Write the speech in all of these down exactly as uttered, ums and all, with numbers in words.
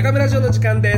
中村城の時間です。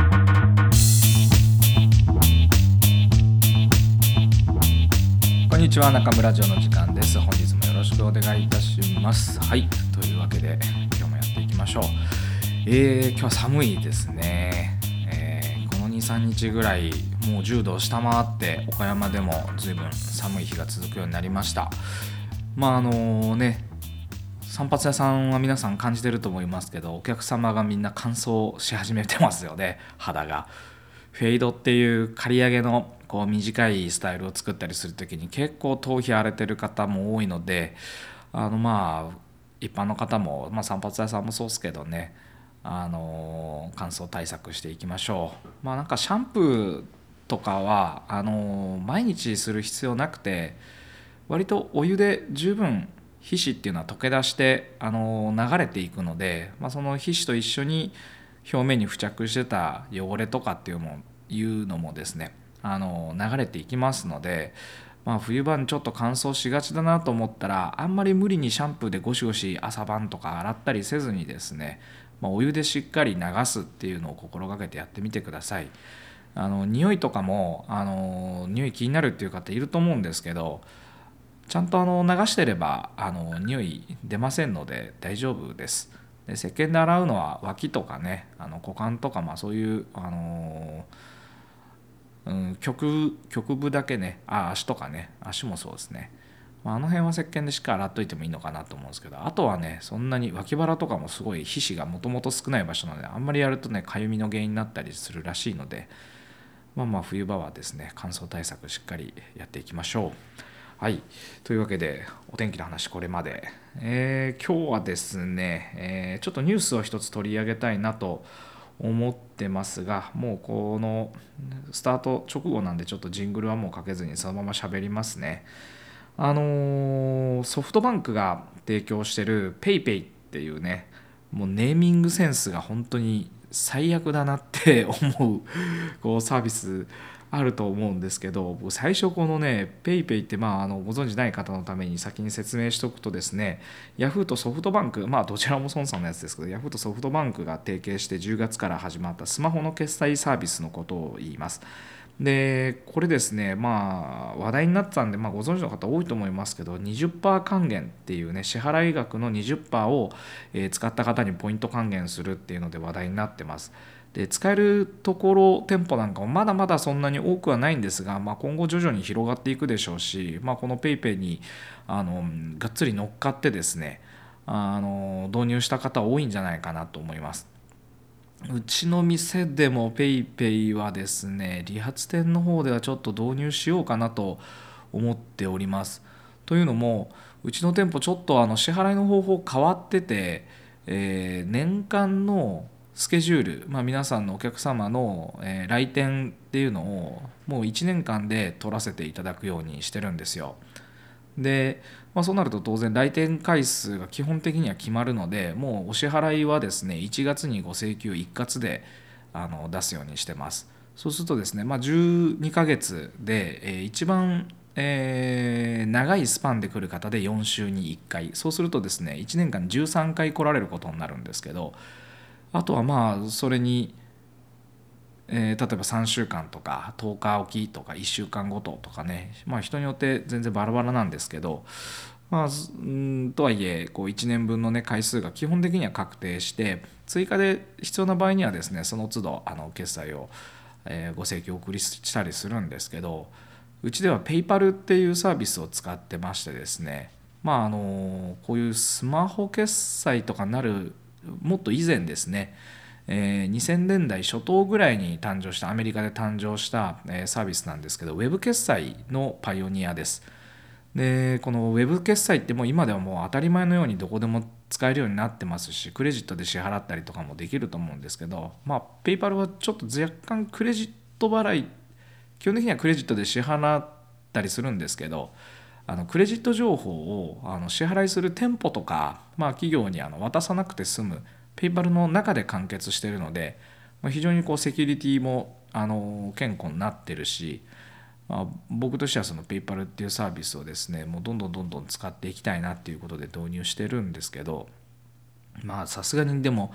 こんにちは、中村城の時間です。本日もよろしくお願いいたします。はい、というわけで今日もやっていきましょう。えー、今日は寒いですね。えー、この にさんにちぐらいもうじゅうどを下回って岡山でも随分寒い日が続くようになりました。まああのね散髪屋さんは皆さん感じてると思いますけど、お客様がみんな乾燥し始めてますよね。肌がフェイドっていう刈り上げのこう短いスタイルを作ったりするときに結構頭皮荒れてる方も多いので、あのまあ一般の方も、まあ、散髪屋さんもそうですけどね、あの乾燥対策していきましょう。まあなんかシャンプーとかはあの毎日する必要なくて、割とお湯で十分皮脂っていうのは溶け出してあの流れていくので、まあ、その皮脂と一緒に表面に付着してた汚れとかっていうのもいうのもですね、あの流れていきますので、まあ、冬場にちょっと乾燥しがちだなと思ったら、あんまり無理にシャンプーでゴシゴシ朝晩とか洗ったりせずにですね、まあ、お湯でしっかり流すっていうのを心がけてやってみてください。あの匂いとかもあの匂い気になるっていう方いると思うんですけど、ちゃんとあの流してればあの匂い出ませんので大丈夫です。で石鹸で洗うのは脇とかね、あの股間とか、まあそういうあの、うん、局局部だけね、あ足とかね、足もそうですね、まあ、あの辺は石鹸でしっかり洗っといてもいいのかなと思うんですけど、あとはね、そんなに脇腹とかもすごい皮脂がもともと少ない場所なので、あんまりやるとねかゆみの原因になったりするらしいので、まあまあ冬場はですね乾燥対策しっかりやっていきましょう。はい、というわけでお天気の話これまで、えー、今日はですね、えー、ちょっとニュースを一つ取り上げたいなと思ってますが、もうこのスタート直後なんでちょっとジングルはもうかけずにそのまま喋りますね。あのー、ソフトバンクが提供してる PayPay っていうね、もうネーミングセンスが本当に最悪だなって思うこうサービスあると思うんですけど、僕最初このね PayPay って、まあ、あのご存じない方のために先に説明しておくとですね、ヤフーとソフトバンク、まあどちらも孫さんのやつですけど、ヤフーとソフトバンクが提携してじゅうがつから始まったスマホの決済サービスのことを言います。でこれですね、まあ話題になってたんで、まあ、ご存知の方多いと思いますけど、 にじゅっパーセント 還元っていうね、支払い額の にじゅっパーセント を、えー使った方にポイント還元するっていうので話題になってます。で使えるところ店舗なんかもまだまだそんなに多くはないんですが、まあ、今後徐々に広がっていくでしょうし、まあ、この PayPay にあのがっつり乗っかってですね、あの導入した方多いんじゃないかなと思います。うちの店でも PayPay はですね、理髪店の方ではちょっと導入しようかなと思っております。というのも、うちの店舗ちょっとあの支払いの方法変わってて、えー年間のスケジュール、まあ、皆さんのお客様の、えー来店っていうのをもういちねんかんで取らせていただくようにしてるんですよ。で、まあ、そうなると当然来店回数が基本的には決まるので、もうお支払いはですねいちがつにご請求一括であの出すようにしてます。そうするとですね、まあ、じゅうにかげつで、えー一番えー長いスパンで来る方でよんしゅうにいっかい、そうするとですねいちねんかんじゅうさんかい来られることになるんですけど、あとはまあそれに、えー例えばさんしゅうかんとかとおかおきとかいっしゅうかんごととかね、まあ人によって全然バラバラなんですけど、まあ、うんとはいえこういちねんぶんの、ね、回数が基本的には確定して、追加で必要な場合にはですねその都度あの決済を、えーご請求お送りしたりするんですけど、うちではペイパルっていうサービスを使ってましてですね、まああのこういうスマホ決済とかなるもっと以前ですね、えーにせんねんだい初頭ぐらいに誕生した、アメリカで誕生した、えーサービスなんですけど、ウェブ決済のパイオニアです。でこのウェブ決済ってもう今ではもう当たり前のようにどこでも使えるようになってますし、クレジットで支払ったりとかもできると思うんですけど、まあペイパルはちょっと若干クレジット払い、基本的にはクレジットで支払ったりするんですけど、あのクレジット情報をあの支払いする店舗とか、まあ、企業にあの渡さなくて済む、ペイパルの中で完結しているので、まあ、非常にこうセキュリティもあの健康になってるし、まあ、僕としてはそのペイパルっていうサービスをですねもうどんどんどんどん使っていきたいなっていうことで導入してるんですけど、まあさすがにでも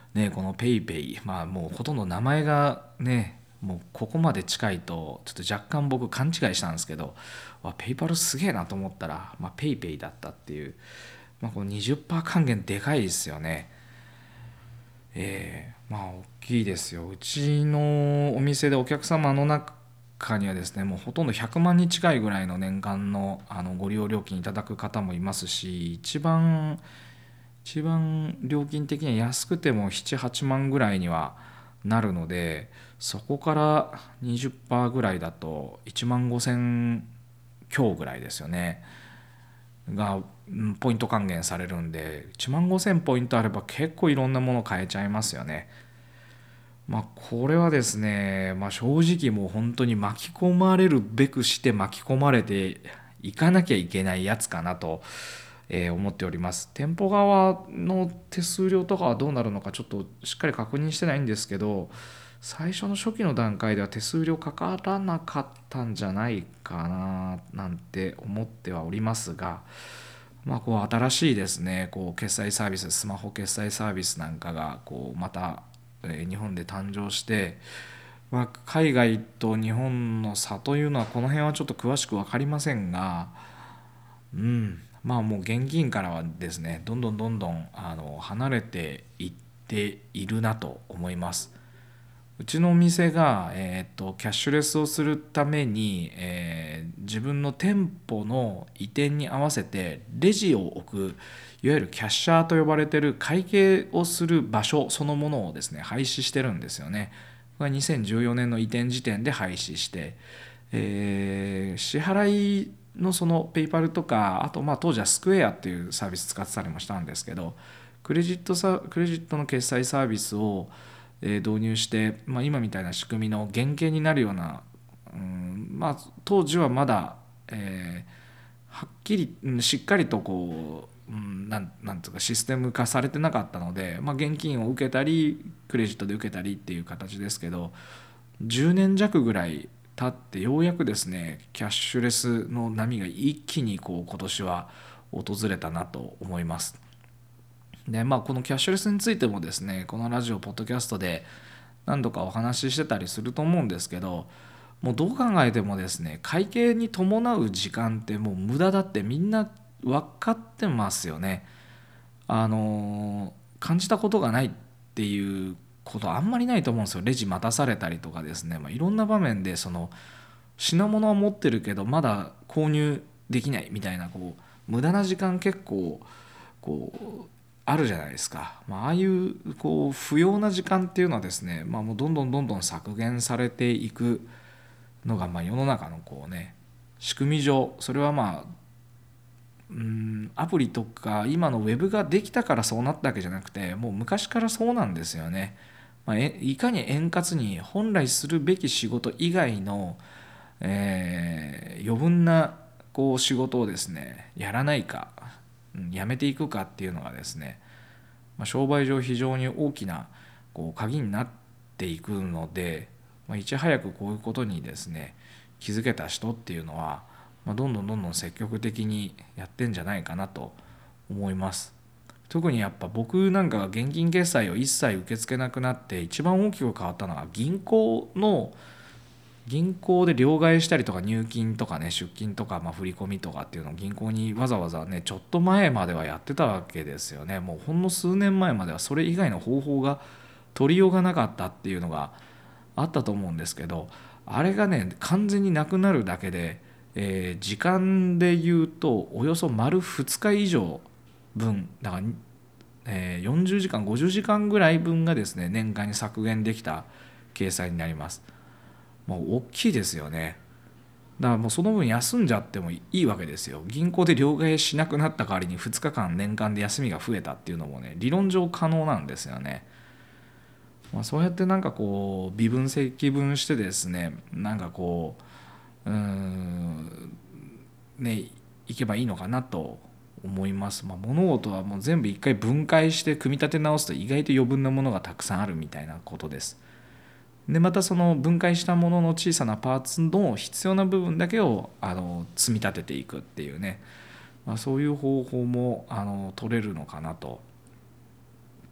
ね、このペイペイ、まあもうほとんど名前がねもうここまで近いとちょっと若干僕勘違いしたんですけど、わペイパルすげえなと思ったら、まあ、ペイペイだったっていう、まあ、このにじゅっパーセント還元でかいですよね。えー、まあ大きいですよ。うちのお店でお客様の中にはですねもうほとんどひゃくまんに近いぐらいの年間の、あのご利用料金いただく方もいますし、一番一番料金的には安くてもななはちまんぐらいにはなるので、そこからにじゅっパーセントぐらいだといちまんごせん強ぐらいですよねがポイント還元されるんで、いちまんごせんポイントあれば結構いろんなもの買えちゃいますよね。まあこれはですね、まあ、正直もう本当に巻き込まれるべくして巻き込まれていかなきゃいけないやつかなとえー思っております。店舗側の手数料とかはどうなるのかちょっとしっかり確認してないんですけど、最初の初期の段階では手数料かからなかったんじゃないかななんて思ってはおりますが、まあ、こう新しいですねこう決済サービス、スマホ決済サービスなんかがこうまた、えー日本で誕生して、まあ、海外と日本の差というのはこの辺はちょっと詳しく分かりませんが、うん、まあもう現金からはですねどんどんどんどんあの離れていっているなと思います。うちのお店が、えーと、キャッシュレスをするために、えー自分の店舗の移転に合わせてレジを置く、いわゆるキャッシャーと呼ばれている会計をする場所そのものをですね廃止してるんですよね。これはにせんじゅうよねんの移転時点で廃止して、えー支払いのそのペイパルとか、あとまあ当時はスクエアっていうサービス使ってたりもしたんですけど、クレジットサクレジットの決済サービスをえー導入して、まあ、今みたいな仕組みの原型になるような、うんまあ、当時はまだ、えーはっきりうんしっかりとこう、うん、なんなんていうかシステム化されてなかったので、まあ、現金を受けたりクレジットで受けたりっていう形ですけど、じゅうねん弱ぐらい経ってようやくですねキャッシュレスの波が一気にこう今年は訪れたなと思います。でまあこのキャッシュレスについてもですねこのラジオポッドキャストで何度かお話ししてたりすると思うんですけど、もうどう考えてもですね会計に伴う時間ってもう無駄だってみんな分かってますよね。あの感じたことがないっていうことあんまりないと思うんですよ。レジ待たされたりとかですね、まあ、いろんな場面でその品物は持ってるけどまだ購入できないみたいなこう無駄な時間結構こうあるじゃないですか。まあ、ああいうこう不要な時間っていうのはですね、まあ、もうどんどんどんどん削減されていくのがまあ世の中のこうね仕組み上、それはまあうんアプリとか今のウェブができたからそうなったわけじゃなくて、もう昔からそうなんですよね。まあ、えいかに円滑に本来するべき仕事以外の、えー余分なこう仕事をですねやらないか、うんやめていくかっていうのがですね、まあ、商売上非常に大きなこう鍵になっていくので、まあ、いち早くこういうことにですね気づけた人っていうのは、まあ、どんどんどんどん積極的にやってんじゃないかなと思います。特にやっぱ僕なんかが現金決済を一切受け付けなくなって一番大きく変わったのは銀行の銀行で両替したりとか入金とかね出金とかまあ振り込みとかっていうのを銀行にわざわざねちょっと前まではやってたわけですよね。もうほんの数年前まではそれ以外の方法が取りようがなかったっていうのがあったと思うんですけど、あれがね完全になくなるだけで、えー時間で言うとおよそ丸ふつか以上分だから、えーよんじゅうじかんごじゅうじかんぐらい分がですね年間に削減できた計算になります。もう大きいですよね。だからもうその分休んじゃってもいいわけですよ。銀行で両替しなくなった代わりにふつかかん年間で休みが増えたっていうのもね理論上可能なんですよね。まあ、そうやってなんかこう微分積分してですねなんかこううーんねいけばいいのかなと思います。まあ、物事はもう全部一回分解して組み立て直すと意外と余分なものがたくさんあるみたいなことです。でまたその分解したものの小さなパーツの必要な部分だけをあの積み立てていくっていうね、まあ、そういう方法もあの取れるのかなと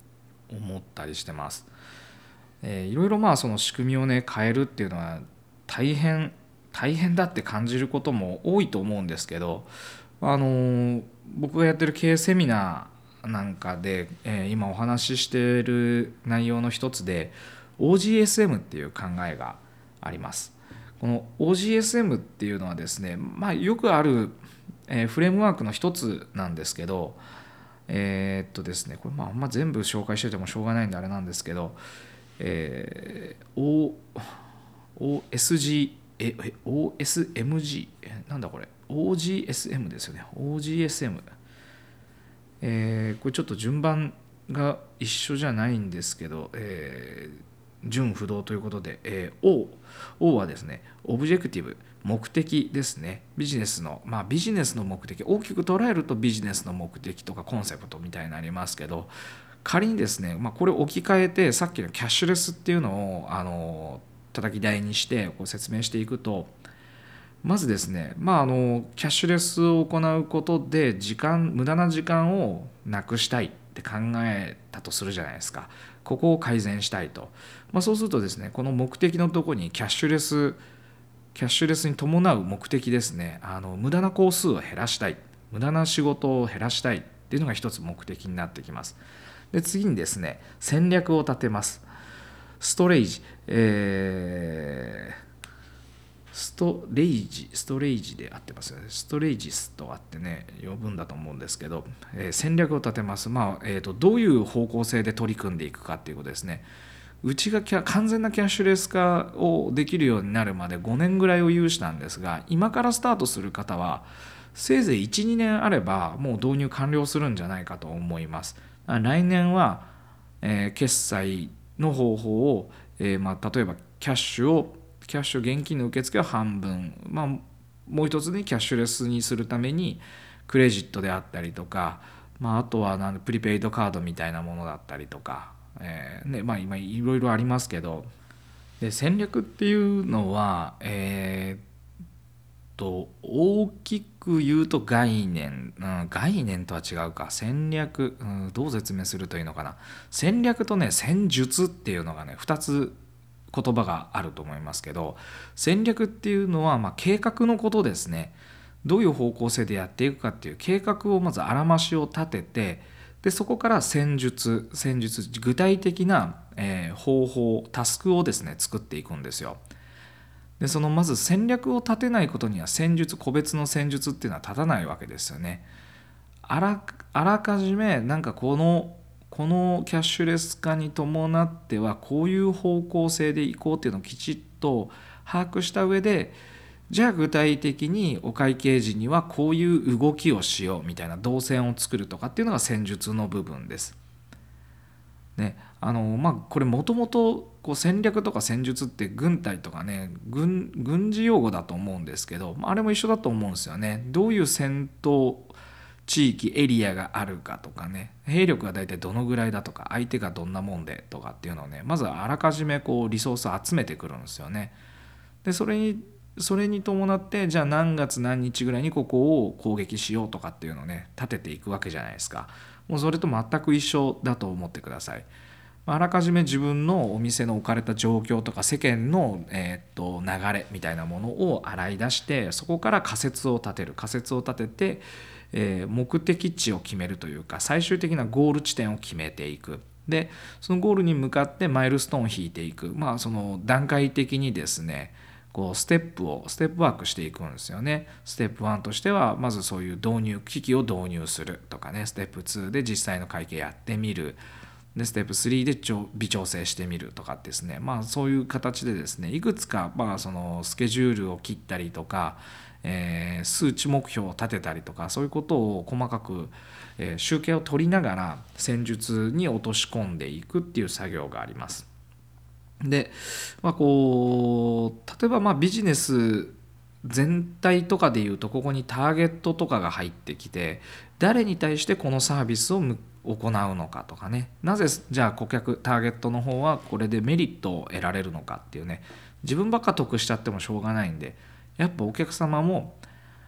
思ったりしてます。えー、いろいろまあその仕組みをね変えるっていうのは大変大変だって感じることも多いと思うんですけど、あのー僕がやってる経営セミナーなんかで、えー今お話ししている内容の一つで オージーエスエム っていう考えがあります。この オージーエスエム っていうのはですね、まあ、よくある、えーフレームワークの一つなんですけど、えーっとですねこれまああんま全部紹介しててもしょうがないんであれなんですけど、えー、O- オーエスジー ええ オーエスエムジー えなんだこれ オージーエスエム ですよね。 オージーエスエム、えーこれちょっと順番が一緒じゃないんですけど、えー順不動ということで、えー O, O はですねオブジェクティブ、目的ですね。ビジネスのまあビジネスの目的、大きく捉えるとビジネスの目的とかコンセプトみたいになりますけど、仮にですね、まあ、これを置き換えてさっきのキャッシュレスっていうのをあの叩き台にしてこう説明していくと、まずですね、まあ、あのキャッシュレスを行うことで時間無駄な時間をなくしたいって考えたとするじゃないですか。ここを改善したいと、まあ、そうするとですねこの目的のところにキャッシュレスキャッシュレスに伴う目的ですね、あの無駄な工数を減らしたい、無駄な仕事を減らしたいっていうのが一つ目的になってきます。で次にですね戦略を立てます。ストレージ、えーストレイジ、ストレイジであってますよね。ストレイジスとあってね、呼ぶんだと思うんですけど、えー戦略を立てます。まあ、えーと、どういう方向性で取り組んでいくかっていうことですね。うちがキャ完全なキャッシュレス化をできるようになるまでごねんぐらいを有したんですが、今からスタートする方は、せいぜいいち、にねんあればもう導入完了するんじゃないかと思います。来年は、えー決済の方法を、えーまあ、例えばキャッシュをキャッシュ現金の受付は半分、まあ、もう一つねキャッシュレスにするためにクレジットであったりとか、まあ、あとはなんプリペイドカードみたいなものだったりとか、えーねまあ、今いろいろありますけど、で戦略っていうのは、えーっと大きく言うと概念、うん、概念とは違うか、戦略、うん、どう説明するといいのかな。戦略とね戦術っていうのがねふたつ言葉があると思いますけど、戦略っていうのはまあ計画のことですね。どういう方向性でやっていくかっていう計画をまずあらましを立てて、でそこから戦術戦術具体的な、えー方法タスクをですね作っていくんですよ。でそのまず戦略を立てないことには戦術個別の戦術っていうのは立たないわけですよね。あらあらかじめなんかこのこのキャッシュレス化に伴ってはこういう方向性でいこうっていうのをきちっと把握した上で、じゃあ具体的にお会計時にはこういう動きをしようみたいな動線を作るとかっていうのが戦術の部分です。ね、あのまあこれもともと戦略とか戦術って軍隊とかね 軍, 軍事用語だと思うんですけど、あれも一緒だと思うんですよね。どういう戦闘地域エリアがあるかとかね、兵力が大体どのぐらいだとか、相手がどんなもんでとかっていうのをねまずはあらかじめこうリソースを集めてくるんですよね。でそれにそれに伴ってじゃあ何月何日ぐらいにここを攻撃しようとかっていうのをね立てていくわけじゃないですか。もうそれと全く一緒だと思ってください。あらかじめ自分のお店の置かれた状況とか世間の、えー、と流れみたいなものを洗い出して、そこから仮説を立てる仮説を立てて、えー目的地を決めるというか最終的なゴール地点を決めていく。でそのゴールに向かってマイルストーンを引いていく、まあその段階的にですねこうステップをステップワークしていくんですよね。ステップワンとしてはまずそういう導入機器を導入するとかね、ステップツーで実際の会計やってみる、でステップスリーで微調整してみるとかですね、まあそういう形でですねいくつかまあそのスケジュールを切ったりとか、えー数値目標を立てたりとか、そういうことを細かく、えー集計を取りながら戦術に落とし込んでいくっていう作業があります。で、まあ、こう例えばまあビジネス全体とかでいうとここにターゲットとかが入ってきて、誰に対してこのサービスを行うのかとかね、なぜじゃあ顧客ターゲットの方はこれでメリットを得られるのかっていうね、自分ばっか得しちゃってもしょうがないんで、やっぱお客様も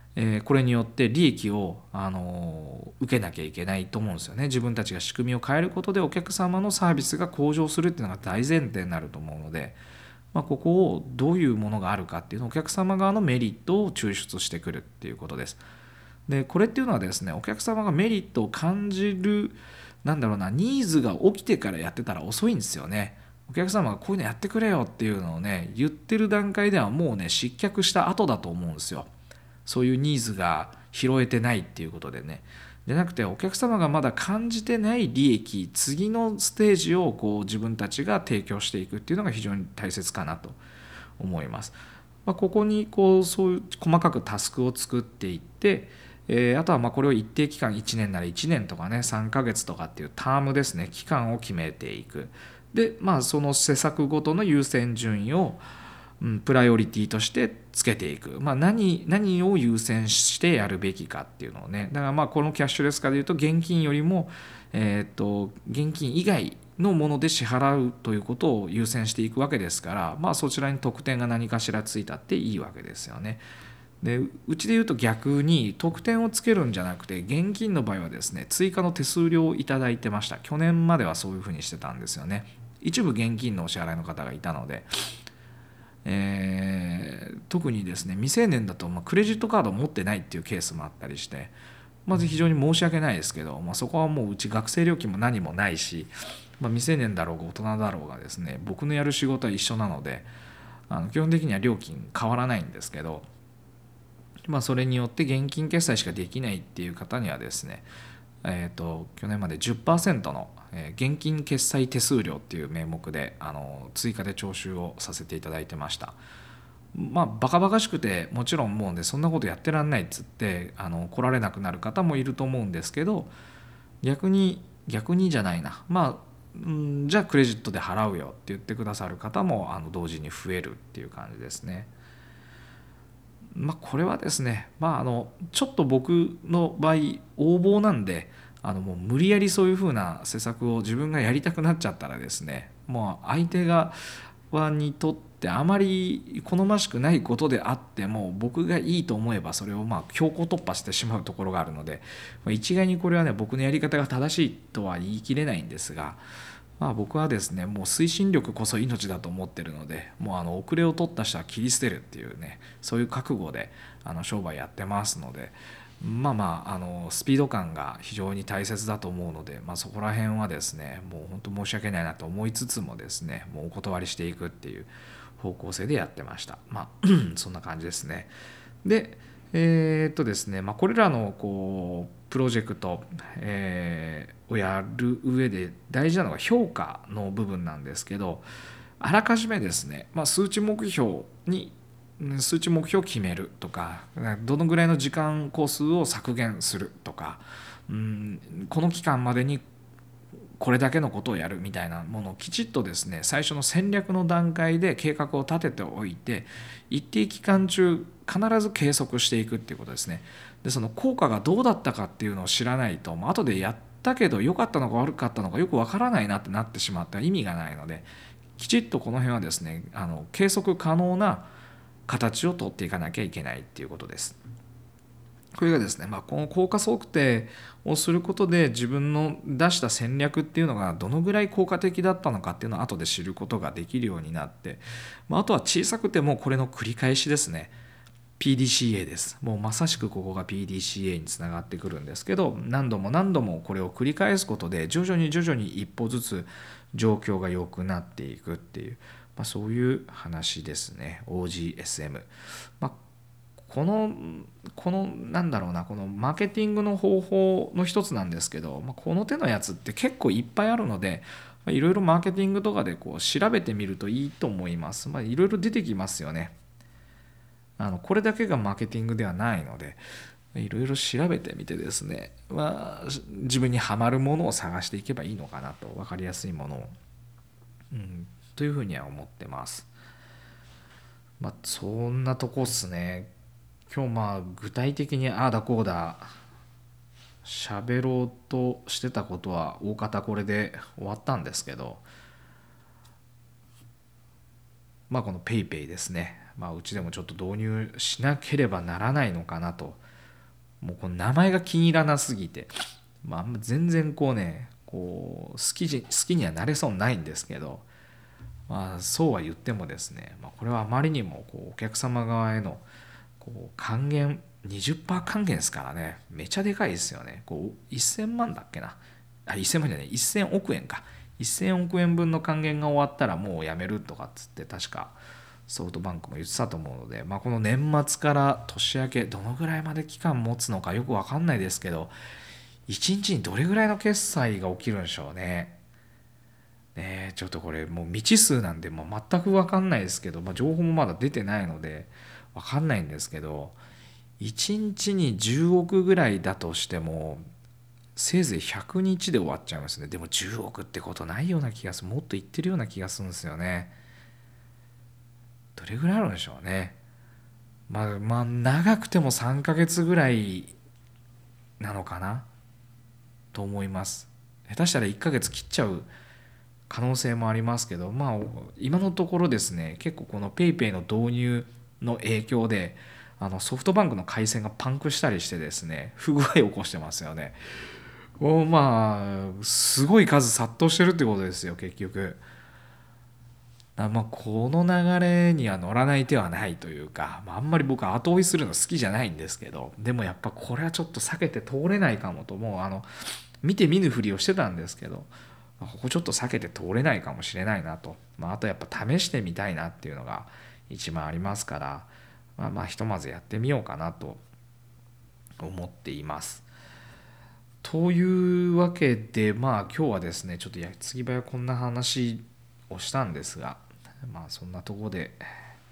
えーこれによって利益を、あのー受けなきゃいけないと思うんですよね。自分たちが仕組みを変えることでお客様のサービスが向上するっていうのが大前提になると思うので、まあ、ここをどういうものがあるかっていうのをお客様側のメリットを抽出してくるっていうことです。でこれっていうのはですね、お客様がメリットを感じる、なんだろうな、ニーズが起きてからやってたら遅いんですよね。お客様がこういうのやってくれよっていうのをね言ってる段階ではもうね失脚した後だと思うんですよ。そういうニーズが拾えてないっていうことでね。じゃなくてお客様がまだ感じてない利益、次のステージをこう自分たちが提供していくっていうのが非常に大切かなと思います。まあ、ここにこうそういう細かくタスクを作っていって、えー、あとはまあこれを一定期間いちねんならいちねんとかねさんかげつとかっていうタームですね、期間を決めていく。でまあその施策ごとの優先順位をうん、プライオリティとしてつけていく、まあ、何, 何を優先してやるべきかっていうのをね、だからまあこのキャッシュレス化でいうと現金よりも、えー、と現金以外のもので支払うということを優先していくわけですから、まあ、そちらに特典が何かしらついたっていいわけですよね。でうちで言うと逆に特典をつけるんじゃなくて現金の場合はですね追加の手数料をいただいてました。去年まではそういうふうにしてたんですよね。一部現金のお支払いの方がいたので、えー、特にですね未成年だとまあクレジットカードを持ってないっていうケースもあったりして、まず非常に申し訳ないですけど、まあ、そこはもううち学生料金も何もないし、まあ、未成年だろうが大人だろうがですね僕のやる仕事は一緒なので、あの基本的には料金変わらないんですけど、まあ、それによって現金決済しかできないっていう方にはですね、えー、と去年まで じゅっパーセント の現金決済手数料っていう名目であの追加で徴収をさせていただいてました。まあバカバカしくてもちろんもうねそんなことやってらんないっつってあの来られなくなる方もいると思うんですけど、逆に逆にじゃないな、まあうんじゃあクレジットで払うよって言ってくださる方もあの同時に増えるっていう感じですね。まあ、これはですね、まあ、あのちょっと僕の場合横暴なんで、あのもう無理やりそういうふうな施策を自分がやりたくなっちゃったらですね、もう相手側にとってあまり好ましくないことであっても僕がいいと思えばそれをまあ強行突破してしまうところがあるので、一概にこれはね僕のやり方が正しいとは言い切れないんですが、まあ、僕はですねもう推進力こそ命だと思ってるので、もうあの遅れを取った人は切り捨てるっていうね、そういう覚悟であの商売やってますので、まあまああのスピード感が非常に大切だと思うので、まあ、そこら辺はですねもう本当申し訳ないなと思いつつもですねもうお断りしていくっていう方向性でやってました。まあそんな感じですね。でえーっとですね、まあ、これらのこうプロジェクト、えーをやる上で大事なのが評価の部分なんですけど、あらかじめですね、まあ、数値目標に数値目標を決めるとか、どのぐらいの時間工数を削減するとか、うん、この期間までにこれだけのことをやるみたいなものをきちっとですね最初の戦略の段階で計画を立てておいて、一定期間中必ず計測していくっていうことですね。でその効果がどうだったかっていうのを知らないと、後でやったけど良かったのか悪かったのかよくわからないなってなってしまったら意味がないので、きちっとこの辺はですねあの計測可能な形を取っていかなきゃいけないっていうことです。これがですね、まあ、この効果測定をすることで自分の出した戦略っていうのがどのぐらい効果的だったのかっていうのを後で知ることができるようになって、まあ、あとは小さくてもこれの繰り返しですね。 ピーディーシーエー です。もうまさしくここが ピーディーシーエー につながってくるんですけど、何度も何度もこれを繰り返すことで徐々に徐々に一歩ずつ状況が良くなっていくっていう、まあ、そういう話ですね。 オージーエスエム、まあこのこのなんだろうなこのマーケティングの方法の一つなんですけど、まあ、この手のやつって結構いっぱいあるので、いろいろマーケティングとかでこう調べてみるといいと思います。まあいろいろ出てきますよね。あのこれだけがマーケティングではないので、いろいろ調べてみてですね、まあ、自分にはまるものを探していけばいいのかなと、分かりやすいものを、うん、というふうには思ってます。まあそんなとこっすね。今日まあ具体的にああだこうだ喋ろうとしてたことは大方これで終わったんですけど、まあこのペイペイですね。 まあ、うちでもちょっと導入しなければならないのかなと。もうこの名前が気に入らなすぎて、まあ、あんま全然こうねこう好きじ好きにはなれそうにないんですけど、まあ、そうは言ってもですね、まあ、これはあまりにもこうお客様側へのこう還元 にじゅっパーセント 還元ですからね、めちゃでかいですよね。こうせんまんだっけな、あせんまんじゃないせんおくえんか、せんおくえんぶんの還元が終わったらもうやめるとかっつって確かソフトバンクも言ってたと思うので、まあ、この年末から年明けどのぐらいまで期間持つのかよく分かんないですけど、いちにちにどれぐらいの決済が起きるんでしょうね。ね、ちょっとこれもう未知数なんでもう全く分かんないですけど、まあ、情報もまだ出てないので分かんないんですけど、いちにちにじゅうおくぐらいだとしてもせいぜいひゃくにちで終わっちゃいますね。でもじゅうおくってことないような気がする、もっといってるような気がするんですよね。どれぐらいあるんでしょうね。まあまあ長くてもさんかげつぐらいなのかなと思います。下手したらいっかげつ切っちゃう可能性もありますけど、まあ今のところですね、結構この PayPay の導入の影響であのソフトバンクの回線がパンクしたりしてですね、不具合を起こしてますよね。おまあすごい数殺到してるってことですよ結局。まあこの流れには乗らない手はないというか、まあ、あんまり僕は後追いするの好きじゃないんですけど、でもやっぱこれはちょっと避けて通れないかもと、もうあの見て見ぬふりをしてたんですけど、ここちょっと避けて通れないかもしれないなと、まあ、あとやっぱ試してみたいなっていうのが一番ありますから、まあまあひとまずやってみようかなと思っています。というわけで、まあ今日はですねちょっと矢継ぎ早こんな話をしたんですが、まあそんなところで、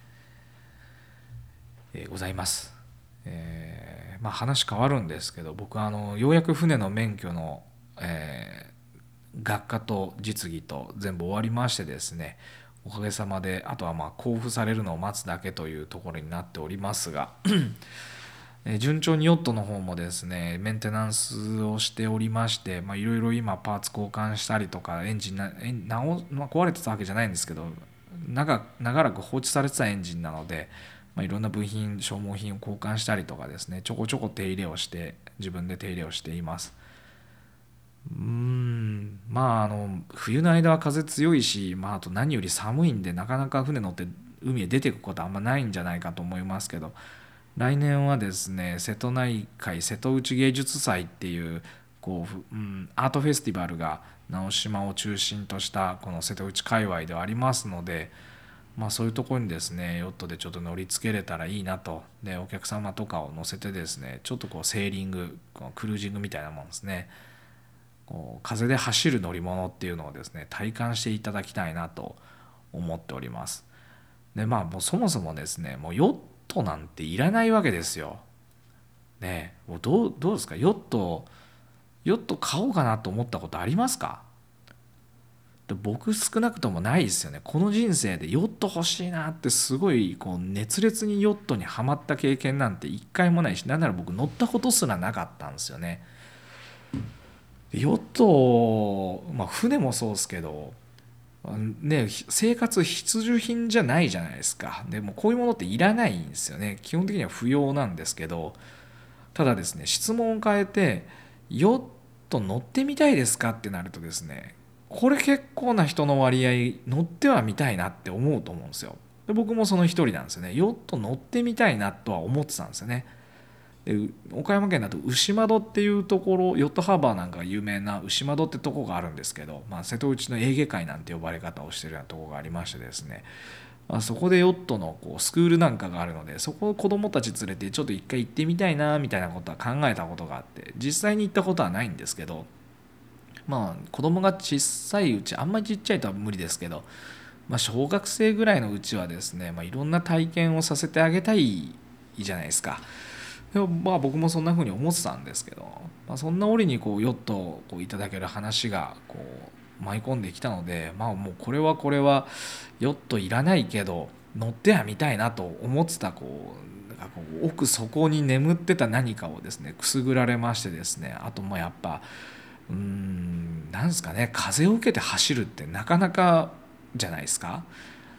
えーございます。えーまあ話変わるんですけど、僕はあのようやく船の免許の、えー学科と実技と全部終わりましてですね、おかげさまであとはまあ交付されるのを待つだけというところになっておりますが順調にヨットの方もですねメンテナンスをしておりまして、いろいろ今パーツ交換したりとかエンジンな直、まあ、壊れてたわけじゃないんですけど、長長らく放置されてたエンジンなので、まあ、いろんな部品消耗品を交換したりとかですね、ちょこちょこ手入れをして自分で手入れをしています。うーんまああの冬の間は風強いし、まあ、あと何より寒いんでなかなか船乗って海へ出ていくことはあんまないんじゃないかと思いますけど、来年はですね瀬戸内海瀬戸内芸術祭っていうこう、うん、アートフェスティバルが直島を中心としたこの瀬戸内界隈ではありますので、まあ、そういうところにですねヨットでちょっと乗りつけれたらいいなと。でお客様とかを乗せてですねちょっとこうセーリングクルージングみたいなもんですね、こう風で走る乗り物っていうのをですね体感していただきたいなと思っております。でまあもうそもそもですねもうヨットなんていらないわけですよ。ねえもうどう、どうですか、ヨットヨット買おうかなと思ったことありますか？で僕少なくともないですよね。この人生でヨット欲しいなってすごいこう熱烈にヨットにはまった経験なんて一回もないし、なんなら僕乗ったことすらなかったんですよね。ヨット、まあ、船もそうですけどね、生活必需品じゃないじゃないですか。でもこういうものっていらないんですよね。基本的には不要なんですけど、ただですね質問を変えてヨット乗ってみたいですかってなるとですね、これ結構な人の割合乗ってはみたいなって思うと思うんですよ。で僕もその一人なんですよね。ヨット乗ってみたいなとは思ってたんですよね。で岡山県だと牛窓っていうところ、ヨットハーバーなんかが有名な牛窓ってとこがあるんですけど、まあ、瀬戸内のエーゲ海なんて呼ばれ方をしてるようなとこがありましてですね、まあ、そこでヨットのこうスクールなんかがあるので、そこを子どもたち連れてちょっと一回行ってみたいなみたいなことは考えたことがあって、実際に行ったことはないんですけど、まあ子供が小さいうち、あんまりちっちゃいとは無理ですけど、まあ、小学生ぐらいのうちはですね、まあ、いろんな体験をさせてあげたいじゃないですか。でもまあ僕もそんな風に思ってたんですけど、まあ、そんな折にこうヨットをこういただける話がこう舞い込んできたので、まあもうこれはこれはヨットいらないけど乗ってはみたいなと思ってたこうなんかこう奥底に眠ってた何かをですねくすぐられましてですね、あともうやっぱうーんなんですかね、風を受けて走るってなかなかじゃないですか。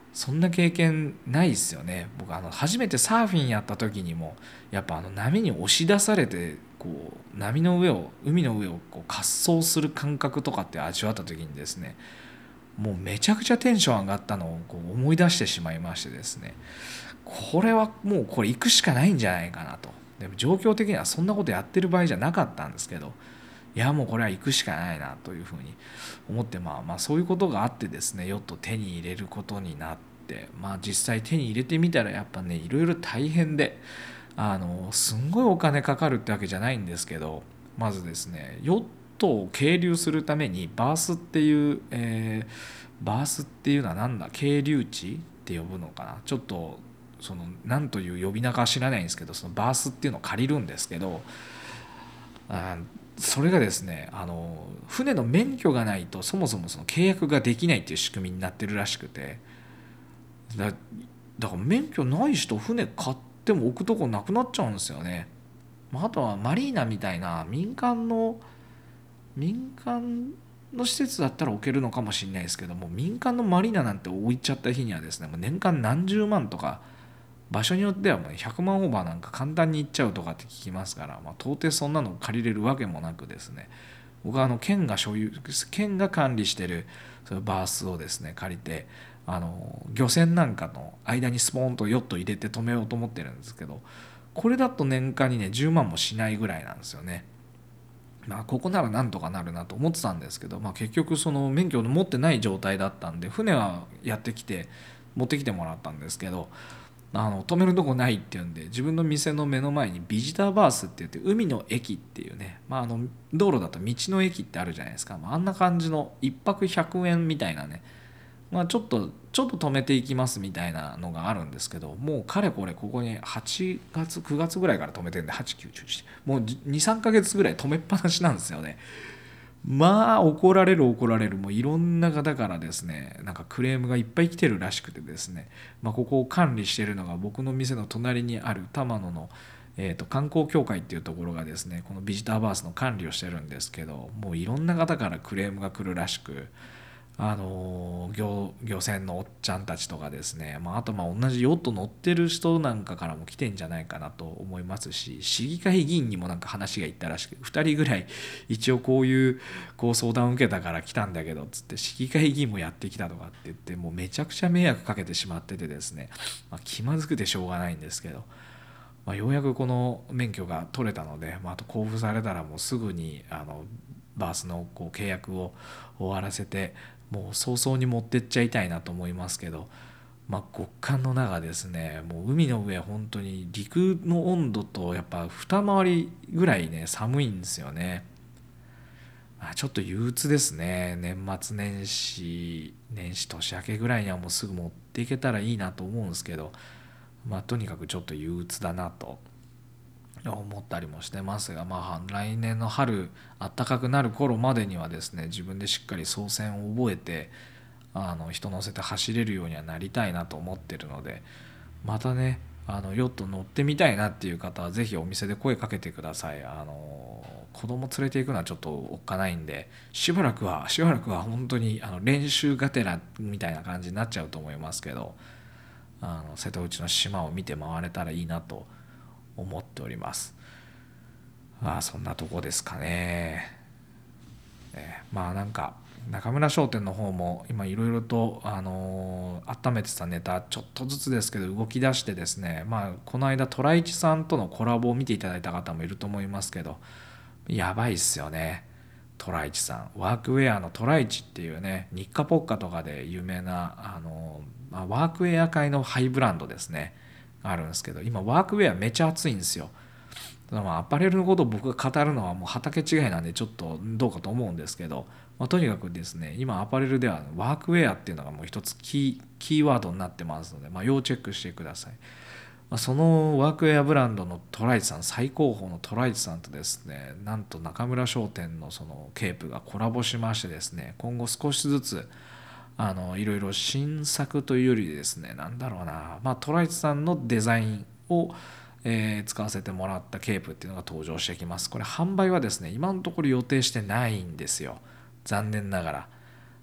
そんな経験ないですよね。僕あの初めてサーフィンやった時にもやっぱあの波に押し出されてこう波の上を海の上をこう滑走する感覚とかって味わった時にですね、もうめちゃくちゃテンション上がったのをこう思い出してしまいましてですね、これはもうこれ行くしかないんじゃないかなと。でも状況的にはそんなことやってる場合じゃなかったんですけど、いやもうこれは行くしかないなというふうに思って、まあまあそういうことがあってですね、ヨット手に入れることになって、まあ実際手に入れてみたらやっぱねいろいろ大変で、あのすんごいお金かかるってわけじゃないんですけど、まずですねヨットを係留するためにバースっていう、えー、バースっていうのはなんだ係留地って呼ぶのかな、ちょっとその何という呼び名か知らないんですけど、そのバースっていうのを借りるんですけど、あそれがですねあの船の免許がないとそもそもその契約ができないっていう仕組みになってるらしくて、だだから免許ない人船買っても置くとこなくなっちゃうんですよね。まあ、あとはマリーナみたいな民間の民間の施設だったら置けるのかもしれないですけども、民間のマリーナなんて置いちゃった日にはですねもう年間何十万とか、場所によってはもうひゃくまんオーバーなんか簡単に行っちゃうとかって聞きますから、まあ、到底そんなの借りれるわけもなくですね、僕はあの県が所有県が管理してるそのバースをですね借りて、あの漁船なんかの間にスポーンとヨット入れて止めようと思ってるんですけど、これだと年間にねじゅうまんもしないぐらいなんですよね。まあここならなんとかなるなと思ってたんですけど、まあ、結局その免許を持ってない状態だったんで船はやってきて持ってきてもらったんですけど、あの止めるとこないっていうんで自分の店の目の前にビジターバースって言って海の駅っていうね、まあ、あの道路だと道の駅ってあるじゃないですか、まあ、あんな感じのいっぱくひゃくえんみたいなね、まあ、ちょっとちょっと止めていきますみたいなのがあるんですけど、もうかれこれここにはちがつくがつぐらいから止めてるんではち、きゅう、じゅういちもうにさんかげつぐらい止めっぱなしなんですよね。まあ怒られる怒られるもういろんな方からですねなんかクレームがいっぱい来てるらしくてですね、まあ、ここを管理しているのが僕の店の隣にある玉野の、えー、と観光協会っていうところがですねこのビジターバースの管理をしてるんですけど、もういろんな方からクレームが来るらしく、あの漁漁船のおっちゃんたちとかですね、まあ、あとまあ同じヨット乗ってる人なんかからも来てんじゃないかなと思いますし、市議会議員にもなんか話がいったらしく、ふたりぐらい一応こういうこう相談を受けたから来たんだけどっつって市議会議員もやってきたとかって言って、もうめちゃくちゃ迷惑かけてしまっててですね、まあ、気まずくてしょうがないんですけど、まあ、ようやくこの免許が取れたので、まあ、あと交付されたらもうすぐにあのバースのこう契約を終わらせてもう早々に持ってっちゃいたいなと思いますけど、まあ、極寒の中ですね、もう海の上本当に陸の温度とやっぱ二回りぐらいね寒いんですよね。まあ、ちょっと憂鬱ですね。年末年始年始年明けぐらいにはもうすぐ持っていけたらいいなと思うんですけど、まあとにかくちょっと憂鬱だなと思ったりもしてますが、まあ来年の春暖かくなる頃までにはですね自分でしっかり操船を覚えてあの人乗せて走れるようにはなりたいなと思ってるので、またねあのヨット乗ってみたいなっていう方はぜひお店で声かけてください。あの子供連れていくのはちょっとおっかないんで、しばらくはしばらくは本当にあの練習がてらみたいな感じになっちゃうと思いますけど、あの瀬戸内の島を見て回れたらいいなと思っております。ああそんなとこですかね。えーまあなんか中村商店の方も今いろいろと、あのー温めてたネタちょっとずつですけど動き出してですね、まあこの間トライチさんとのコラボを見ていただいた方もいると思いますけど、やばいっすよね。トライチさんワークウェアのトライチっていうね日課ポッカとかで有名な、あのーまあ、ワークウェア界のハイブランドですねあるんですけど、今ワークウェアめちゃ熱いんですよ。ただまあアパレルのことを僕が語るのはもう畑違いなんでちょっとどうかと思うんですけど、まあ、とにかくですね今アパレルではワークウェアっていうのがもう一つキー、キーワードになってますので、まあ、要チェックしてください。まあ、そのワークウェアブランドのトライチさん、最高峰のトライチさんとですねなんと中村商店のそのケープがコラボしましてですね、今後少しずつあのいろいろ新作というよりですねなんだろうな、まあ、トライチさんのデザインをえー使わせてもらったケープっていうのが登場してきます。これ販売はですね今のところ予定してないんですよ、残念ながら。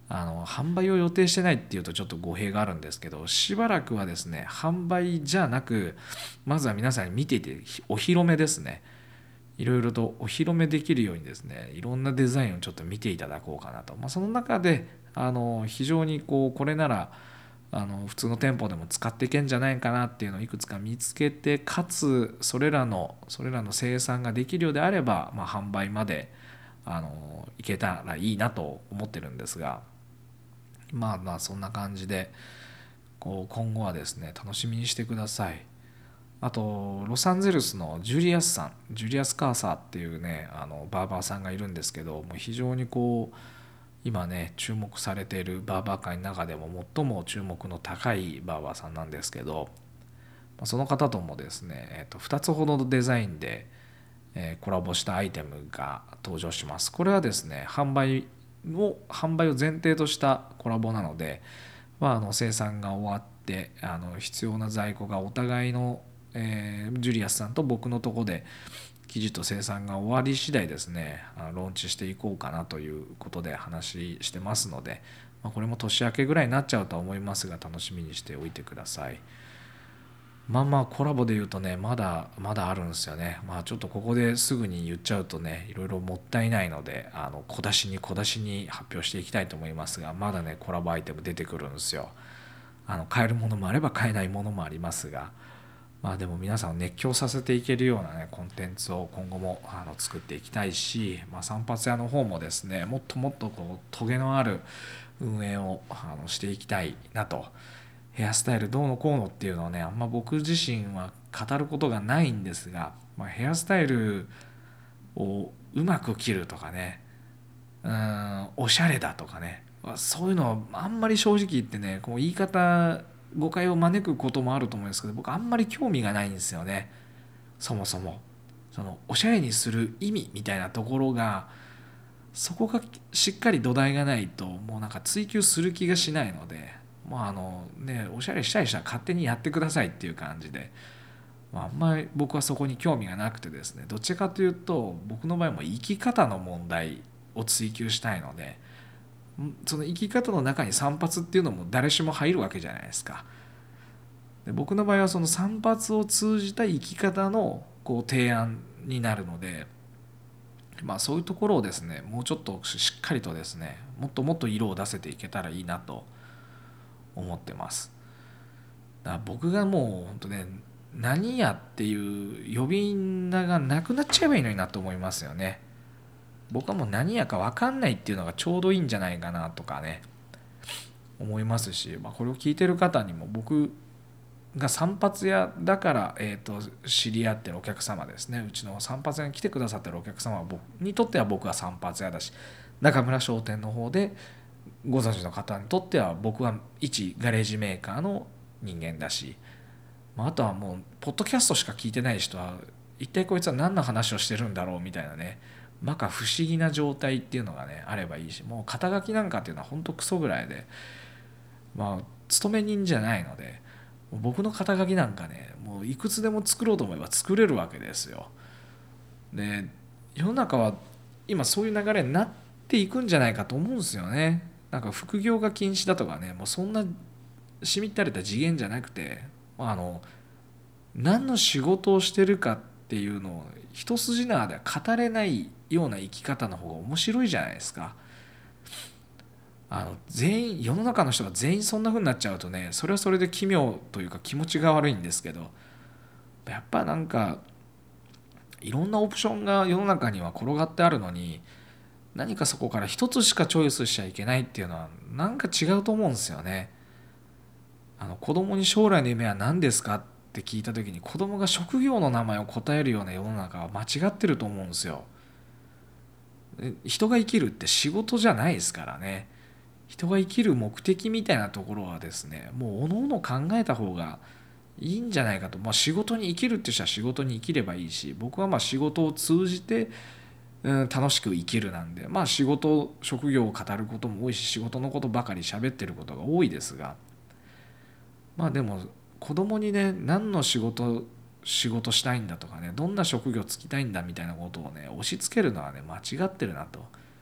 あの販売を予定してないっていうとちょっと語弊があるんですけど、しばらくはですね販売じゃなく、まずは皆さんに見ていてお披露目ですね。いろいろとお披露目できるようにですね、いろんなデザインをちょっと見ていただこうかなと、まあ、その中であの非常にこうこれならあの普通の店舗でも使っていけんじゃないかなっていうのをいくつか見つけて、かつそれらのそれらの生産ができるようであれば、まあ、販売まであのいけたらいいなと思ってるんですが、まあまあそんな感じでこう今後はですね楽しみにしてください。あとロサンゼルスのジュリアスさん、ジュリアス・カーサーっていうねあのバーバーさんがいるんですけど、もう非常にこう今ね注目されているバーバー界の中でも最も注目の高いバーバーさんなんですけど、その方ともですね、えー、とふたつほどのデザインで、えーコラボしたアイテムが登場します。これはですね販売を販売を前提としたコラボなので、まあ、あの生産が終わってあの必要な在庫がお互いの、えージュリアスさんと僕のとこで生地と生産が終わり次第ですねあのローンチしていこうかなということで話してますので、まあ、これも年明けぐらいになっちゃうとは思いますが楽しみにしておいてください。まあまあコラボで言うとねまだまだあるんですよね。まあちょっとここですぐに言っちゃうとねいろいろもったいないので、あの小出しに小出しに発表していきたいと思いますが、まだねコラボアイテム出てくるんですよ。あの買えるものもあれば買えないものもありますが、まあでも皆さんを熱狂させていけるようなねコンテンツを今後もあの作っていきたいし、まあ、散髪屋の方もですねもっともっとこうトゲのある運営をあのしていきたいなと。ヘアスタイルどうのこうのっていうのをねあんま僕自身は語ることがないんですが、まあ、ヘアスタイルをうまく切るとかね、うーんおしゃれだとかね、そういうのはあんまり正直言ってねこう言い方誤解を招くこともあると思うんですけど、僕あんまり興味がないんですよね。そもそもそのおしゃれにする意味みたいなところが、そこがしっかり土台がないともうなんか追求する気がしないので、まああのねおしゃれしたい人は勝手にやってくださいっていう感じで、まあ、あんまり僕はそこに興味がなくてですね、どっちかというと僕の場合も生き方の問題を追求したいので、その生き方の中に散髪っていうのも誰しも入るわけじゃないですか。で僕の場合はその散髪を通じた生き方のこう提案になるので、まあそういうところをですねもうちょっとしっかりとですねもっともっと色を出せていけたらいいなと思ってます。だから僕がもう本当ね何やっていう呼び名がなくなっちゃえばいいのになと思いますよね。僕はもう何やか分かんないっていうのがちょうどいいんじゃないかなとかね思いますし、まあ、これを聞いてる方にも僕が散髪屋だから、えー、と知り合ってるお客様ですね、うちの散髪屋に来てくださってるお客様は僕にとっては僕は散髪屋だし、中村商店の方でご存知の方にとっては僕は一ガレージメーカーの人間だし、まあ、あとはもうポッドキャストしか聞いてない人は一体こいつは何の話をしてるんだろうみたいなね、まか不思議な状態っていうのがねあればいいし、もう肩書きなんかっていうのは本当クソぐらいで、まあ勤め人じゃないので僕の肩書きなんかねもういくつでも作ろうと思えば作れるわけですよ。で世の中は今そういう流れになっていくんじゃないかと思うんですよね。なんか副業が禁止だとかねもうそんなしみったれた次元じゃなくて、あの何の仕事をしてるかっていうのを一筋縄では語れないような生き方の方が面白いじゃないですか。あの全員世の中の人が全員そんな風になっちゃうとねそれはそれで奇妙というか気持ちが悪いんですけど、やっぱなんかいろんなオプションが世の中には転がってあるのに何かそこから一つしかチョイスしちゃいけないっていうのはなんか違うと思うんですよね。あの子供に将来の夢は何ですかって聞いた時に子供が職業の名前を答えるような世の中は間違ってると思うんですよ。人が生きるって仕事じゃないですからね。人が生きる目的みたいなところはですねもうおのおの考えた方がいいんじゃないかと、まあ、仕事に生きるって人は仕事に生きればいいし、僕はまあ仕事を通じて、うん、楽しく生きるなんで、まあ仕事職業を語ることも多いし仕事のことばかり喋ってることが多いですが、まあでも子供にね何の仕事仕事したいんだとかねどんな職業つきたいんだみたいなことをね押し付けるのはね間違ってるなと。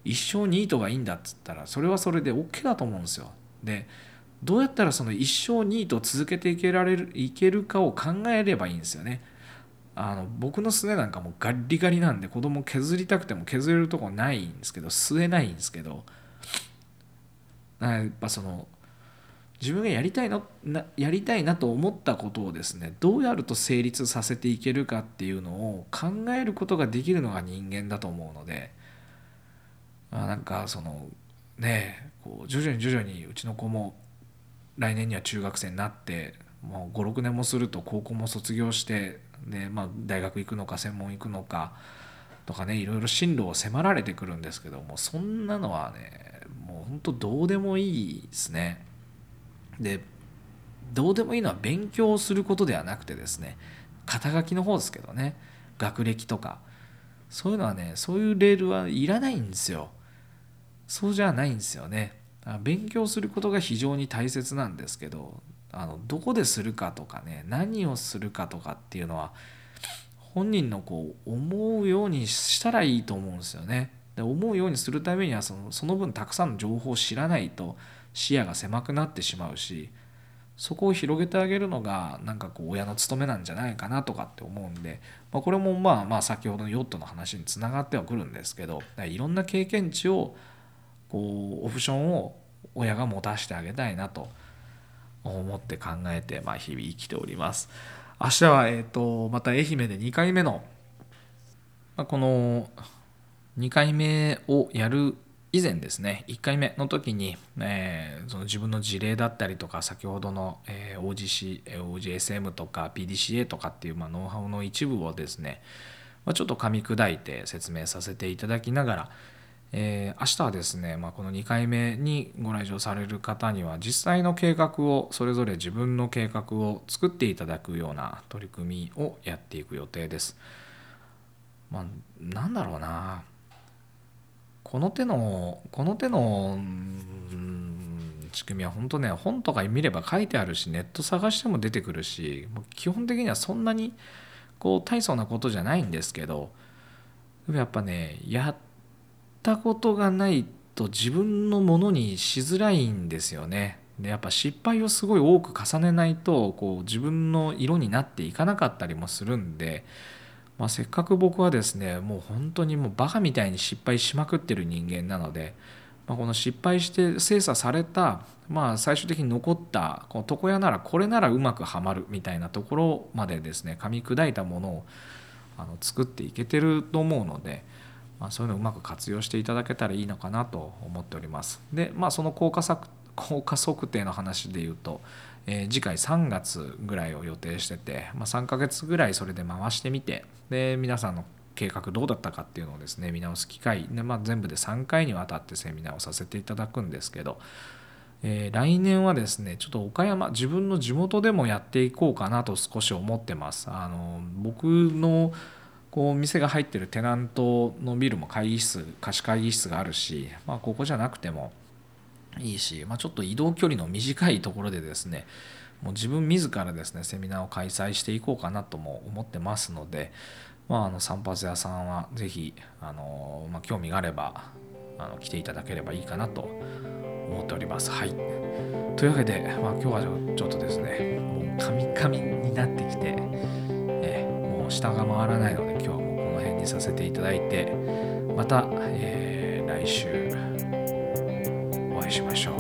一生ニートがいいんだっつったらそれはそれで OK だと思うんですよ。でどうやったらその一生ニートを続けていけられるいけるかを考えればいいんですよね。あの僕のすねなんかもうガリガリなんで子供削りたくても削れるとこないんですけど吸えないんですけど、やっぱその自分がやりたいのなやりたいなと思ったことをですねどうやると成立させていけるかっていうのを考えることができるのが人間だと思うので、あなんかそのねこう徐々に徐々にうちの子も来年には中学生になってもうごろくねんもすると高校も卒業してで、まあ、大学行くのか専門行くのかとかねいろいろ進路を迫られてくるんですけども、そんなのはねもう本当どうでもいいですね。でどうでもいいのは勉強することではなくてですね肩書きの方ですけどね、学歴とかそういうのはねそういうレールはいらないんですよ。そうじゃないんですよね。勉強することが非常に大切なんですけど、あのどこでするかとかね何をするかとかっていうのは本人のこう思うようにしたらいいと思うんですよね。で思うようにするためにはそのその分たくさんの情報を知らないと視野が狭くなってしまうし、そこを広げてあげるのがなんかこう親の務めなんじゃないかなとかって思うんで、まあ、これもまあまあ先ほどのヨットの話につながってはくるんですけど、いろんな経験値をこうオプションを親が持たせてあげたいなと思って考えて、まあ、日々生きております。明日はえーとまた愛媛でにかいめの、まあ、このにかいめをやる以前ですねいっかいめの時に、えー、その自分の事例だったりとか先ほどの、えー、オージーシー、オージーエスエム とか ピーディーシーエー とかっていう、まあ、ノウハウの一部をですね、まあ、ちょっと噛み砕いて説明させていただきながら、えー、明日はですね、まあ、このにかいめにご来場される方には実際の計画をそれぞれ自分の計画を作っていただくような取り組みをやっていく予定です。まあ、なんだろうなこの手のこの手の仕組みは本当ね本とか見れば書いてあるしネット探しても出てくるし基本的にはそんなにこう大層なことじゃないんですけど、やっぱねやったことがないと自分のものにしづらいんですよね。でやっぱ失敗をすごい多く重ねないとこう自分の色になっていかなかったりもするんで、まあ、せっかく僕はですねもう本当にもうバカみたいに失敗しまくってる人間なので、まあ、この失敗して精査された、まあ、最終的に残ったこの床屋ならこれならうまくはまるみたいなところまでですね噛み砕いたものをあの作っていけてると思うので、まあ、そういうのをうまく活用していただけたらいいのかなと思っております。で、まあ、その効果策効果測定の話でいうと、えー、次回さんがつぐらいを予定してて、まあ、さんかげつぐらいそれで回してみてで皆さんの計画どうだったかっていうのをですね見直す機会で、まあ、全部でさんかいにわたってセミナーをさせていただくんですけど、えー、来年はですねちょっと岡山自分の地元でもやっていこうかなと少し思ってます。あの僕のこう店が入ってるテナントのビルも会議室貸し会議室があるし、まあ、ここじゃなくてもいいし、まあ、ちょっと移動距離の短いところでですねもう自分自らですねセミナーを開催していこうかなとも思ってますので、まあ、あの散髪屋さんはぜひあの、まあ、興味があればあの来ていただければいいかなと思っております。はい、というわけで、まあ、今日はちょっとですねもうカミカミになってきて、えー、もう下が回らないので今日はもうこの辺にさせていただいてまた、えー、来週お会いしましょう。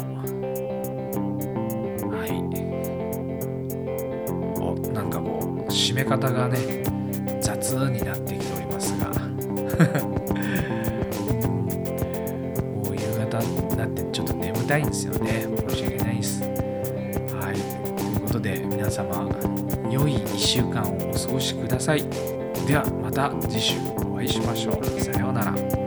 はいおなんかこう締め方がね雑になってきておりますがもう夕方になってちょっと眠たいんですよね。申し訳ないです。はいということで皆様良いいっしゅうかんをお過ごしください。ではまた次週お会いしましょう。さようなら。